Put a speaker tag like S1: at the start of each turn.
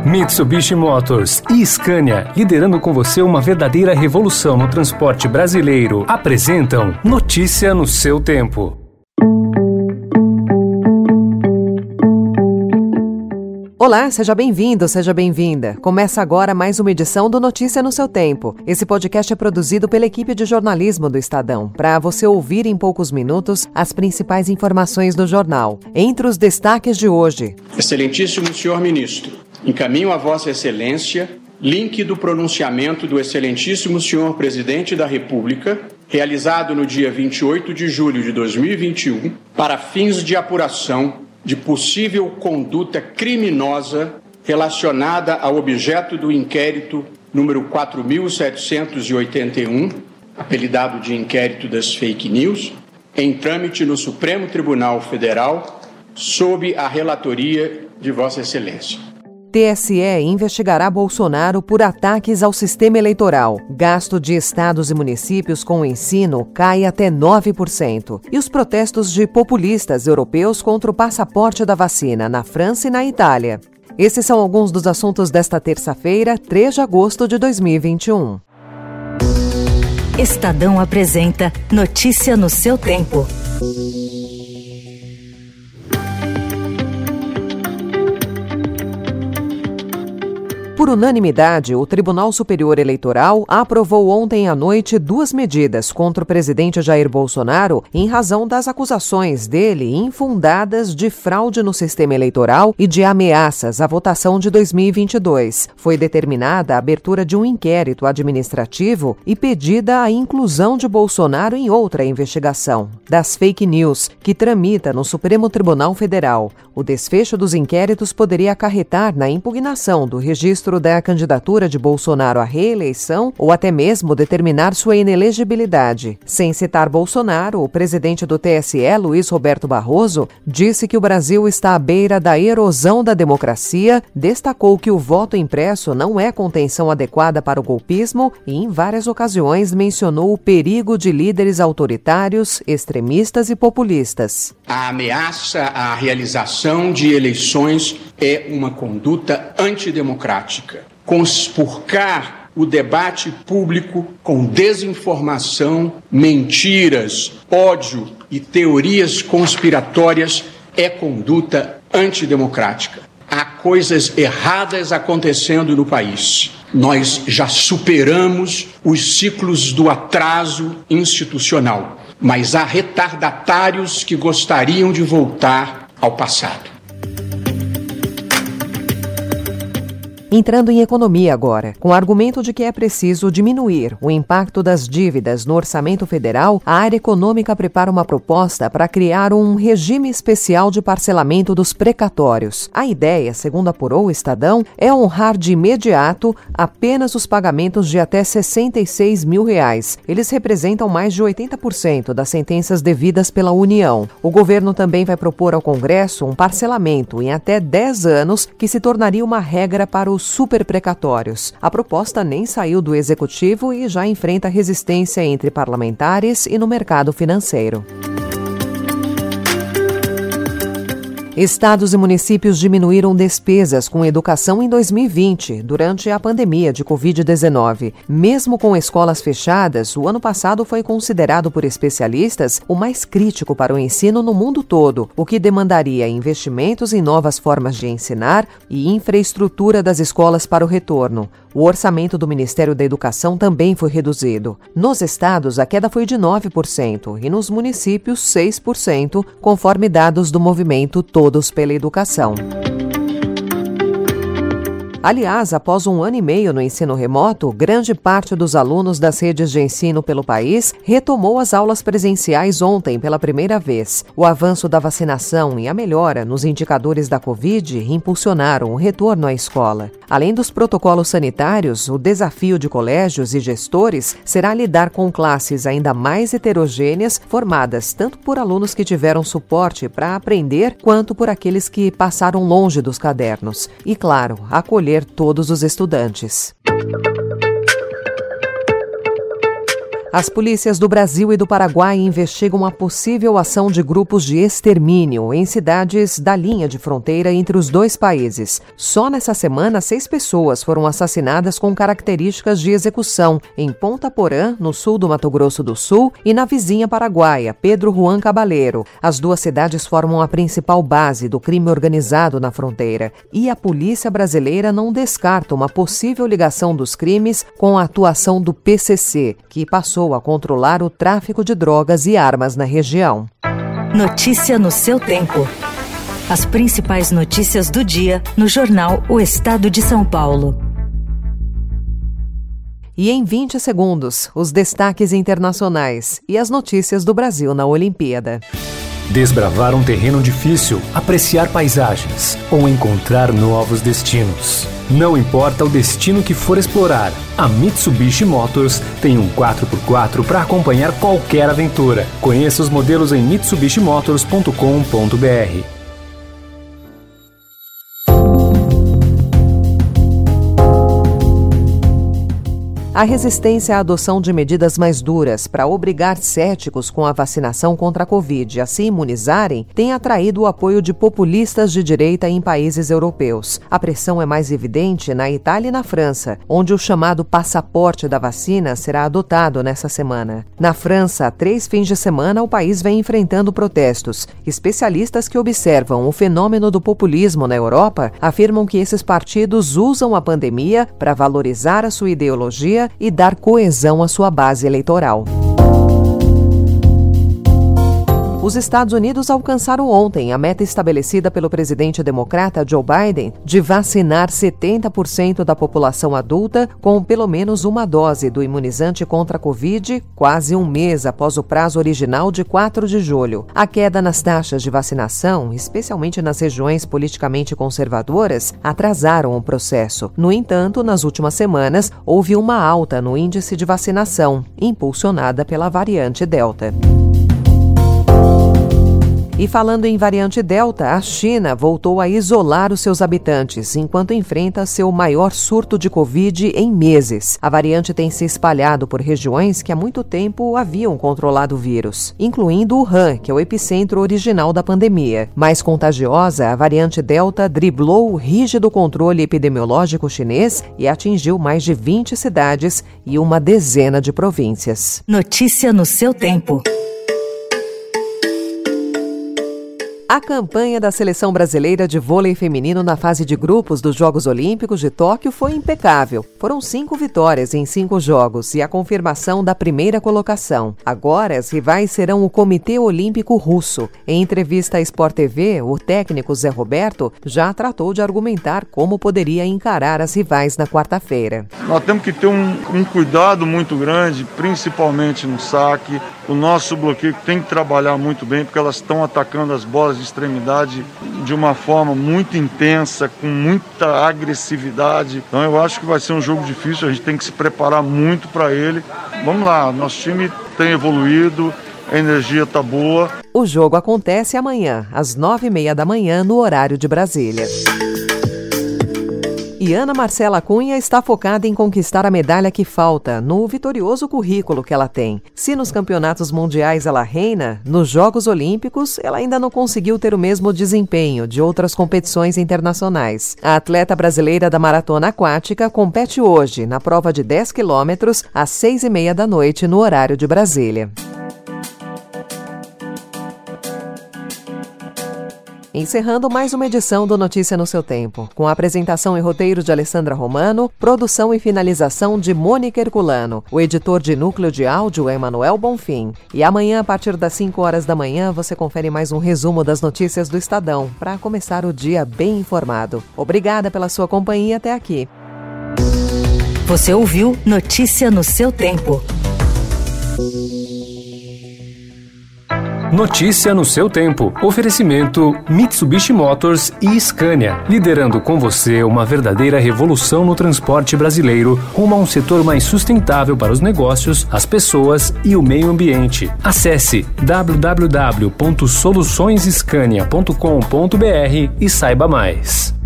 S1: Mitsubishi Motors e Scania, liderando com você uma verdadeira revolução no transporte brasileiro, apresentam Notícia no seu tempo.
S2: Olá, seja bem-vindo, seja bem-vinda. Começa agora mais uma edição do Notícia no seu tempo. Esse podcast é produzido pela equipe de jornalismo do Estadão, para você ouvir em poucos minutos as principais informações do jornal. Entre os destaques de hoje:
S3: Excelentíssimo senhor ministro, encaminho a Vossa Excelência link do pronunciamento do Excelentíssimo senhor Presidente da República, realizado no dia 28 de julho de 2021, para fins de apuração de possível conduta criminosa relacionada ao objeto do inquérito número 4.781, apelidado de inquérito das fake news, em trâmite no Supremo Tribunal Federal, sob a relatoria de Vossa Excelência.
S2: TSE investigará Bolsonaro por ataques ao sistema eleitoral. Gasto de estados e municípios com o ensino cai até 9%. E os protestos de populistas europeus contra o passaporte da vacina na França e na Itália. Esses são alguns dos assuntos desta terça-feira, 3 de agosto de 2021.
S4: Estadão apresenta Notícia no seu tempo.
S2: Por unanimidade, o Tribunal Superior Eleitoral aprovou ontem à noite 2 medidas contra o presidente Jair Bolsonaro em razão das acusações dele infundadas de fraude no sistema eleitoral e de ameaças à votação de 2022. Foi determinada a abertura de um inquérito administrativo e pedida a inclusão de Bolsonaro em outra investigação, das fake news, que tramita no Supremo Tribunal Federal. O desfecho dos inquéritos poderia acarretar na impugnação do registro da candidatura de Bolsonaro à reeleição ou até mesmo determinar sua inelegibilidade. Sem citar Bolsonaro, o presidente do TSE, Luiz Roberto Barroso, disse que o Brasil está à beira da erosão da democracia, destacou que o voto impresso não é contenção adequada para o golpismo e, em várias ocasiões, mencionou o perigo de líderes autoritários, extremistas e populistas.
S3: A ameaça à realização de eleições é uma conduta antidemocrática. Conspurcar o debate público com desinformação, mentiras, ódio e teorias conspiratórias é conduta antidemocrática. Há coisas erradas acontecendo no país. Nós já superamos os ciclos do atraso institucional, mas há retardatários que gostariam de voltar ao passado.
S2: Entrando em economia agora, com o argumento de que é preciso diminuir o impacto das dívidas no orçamento federal, a área econômica prepara uma proposta para criar um regime especial de parcelamento dos precatórios. A ideia, segundo apurou o Estadão, é honrar de imediato apenas os pagamentos de até R$ 66 mil. Eles representam mais de 80% das sentenças devidas pela União. O governo também vai propor ao Congresso um parcelamento em até 10 anos, que se tornaria uma regra para os superprecatórios. A proposta nem saiu do Executivo e já enfrenta resistência entre parlamentares e no mercado financeiro. Estados e municípios diminuíram despesas com educação em 2020, durante a pandemia de Covid-19. Mesmo com escolas fechadas, o ano passado foi considerado por especialistas o mais crítico para o ensino no mundo todo, o que demandaria investimentos em novas formas de ensinar e infraestrutura das escolas para o retorno. O orçamento do Ministério da Educação também foi reduzido. Nos estados, a queda foi de 9% e nos municípios 6%, conforme dados do movimento Todos pela Educação. Aliás, após 1 ano e meio no ensino remoto, grande parte dos alunos das redes de ensino pelo país retomou as aulas presenciais ontem pela primeira vez. O avanço da vacinação e a melhora nos indicadores da Covid impulsionaram o retorno à escola. Além dos protocolos sanitários, o desafio de colégios e gestores será lidar com classes ainda mais heterogêneas, formadas tanto por alunos que tiveram suporte para aprender, quanto por aqueles que passaram longe dos cadernos. E, claro, acolher todos os estudantes. As polícias do Brasil e do Paraguai investigam a possível ação de grupos de extermínio em cidades da linha de fronteira entre os dois países. Só nessa semana, 6 pessoas foram assassinadas com características de execução em Ponta Porã, no sul do Mato Grosso do Sul, e na vizinha paraguaia, Pedro Juan Cabaleiro. As duas cidades formam a principal base do crime organizado na fronteira. E a polícia brasileira não descarta uma possível ligação dos crimes com a atuação do PCC, que passou a controlar o tráfico de drogas e armas na região.
S4: Notícia no seu tempo. As principais notícias do dia no jornal O Estado de São Paulo.
S2: E em 20 segundos, os destaques internacionais e as notícias do Brasil na Olimpíada.
S1: Desbravar um terreno difícil, apreciar paisagens ou encontrar novos destinos. Não importa o destino que for explorar, a Mitsubishi Motors tem um 4x4 para acompanhar qualquer aventura. Conheça os modelos em mitsubishimotors.com.br.
S2: A resistência à adoção de medidas mais duras para obrigar céticos com a vacinação contra a Covid a se imunizarem tem atraído o apoio de populistas de direita em países europeus. A pressão é mais evidente na Itália e na França, onde o chamado passaporte da vacina será adotado nessa semana. Na França, há 3 fins de semana, o país vem enfrentando protestos. Especialistas que observam o fenômeno do populismo na Europa afirmam que esses partidos usam a pandemia para valorizar a sua ideologia e dar coesão à sua base eleitoral. Os Estados Unidos alcançaram ontem a meta estabelecida pelo presidente democrata Joe Biden de vacinar 70% da população adulta com pelo menos uma dose do imunizante contra a Covid, quase um mês após o prazo original de 4 de julho. A queda nas taxas de vacinação, especialmente nas regiões politicamente conservadoras, atrasaram o processo. No entanto, nas últimas semanas, houve uma alta no índice de vacinação, impulsionada pela variante Delta. E falando em variante Delta, a China voltou a isolar os seus habitantes, enquanto enfrenta seu maior surto de Covid em meses. A variante tem se espalhado por regiões que há muito tempo haviam controlado o vírus, incluindo Wuhan, que é o epicentro original da pandemia. Mais contagiosa, a variante Delta driblou o rígido controle epidemiológico chinês e atingiu mais de 20 cidades e uma dezena de províncias.
S4: Notícia no seu tempo.
S2: A campanha da Seleção Brasileira de Vôlei Feminino na fase de grupos dos Jogos Olímpicos de Tóquio foi impecável. Foram 5 vitórias em 5 jogos e a confirmação da primeira colocação. Agora, as rivais serão o Comitê Olímpico Russo. Em entrevista à Sport TV, o técnico Zé Roberto já tratou de argumentar como poderia encarar as rivais na quarta-feira.
S5: Nós temos que ter um cuidado muito grande, principalmente no saque. O nosso bloqueio tem que trabalhar muito bem, porque elas estão atacando as bolas de extremidade de uma forma muito intensa, com muita agressividade. Então eu acho que vai ser um jogo difícil, a gente tem que se preparar muito para ele. Vamos lá, nosso time tem evoluído, a energia está boa.
S2: O jogo acontece amanhã, às 9h30 da manhã, no horário de Brasília. E Ana Marcela Cunha está focada em conquistar a medalha que falta, no vitorioso currículo que ela tem. Se nos campeonatos mundiais ela reina, nos Jogos Olímpicos ela ainda não conseguiu ter o mesmo desempenho de outras competições internacionais. A atleta brasileira da maratona aquática compete hoje na prova de 10 quilômetros às 6h30 da noite no horário de Brasília. Encerrando mais uma edição do Notícia no seu Tempo, com a apresentação e roteiro de Alessandra Romano, produção e finalização de Mônica Herculano. O editor de núcleo de áudio é Emanuel Bonfim. E amanhã, a partir das 5 horas da manhã, você confere mais um resumo das notícias do Estadão, para começar o dia bem informado. Obrigada pela sua companhia até aqui.
S4: Você ouviu Notícia no seu Tempo.
S1: Notícia no seu tempo. Oferecimento Mitsubishi Motors e Scania. Liderando com você uma verdadeira revolução no transporte brasileiro rumo a um setor mais sustentável para os negócios, as pessoas e o meio ambiente. Acesse www.soluçõesscania.com.br e saiba mais.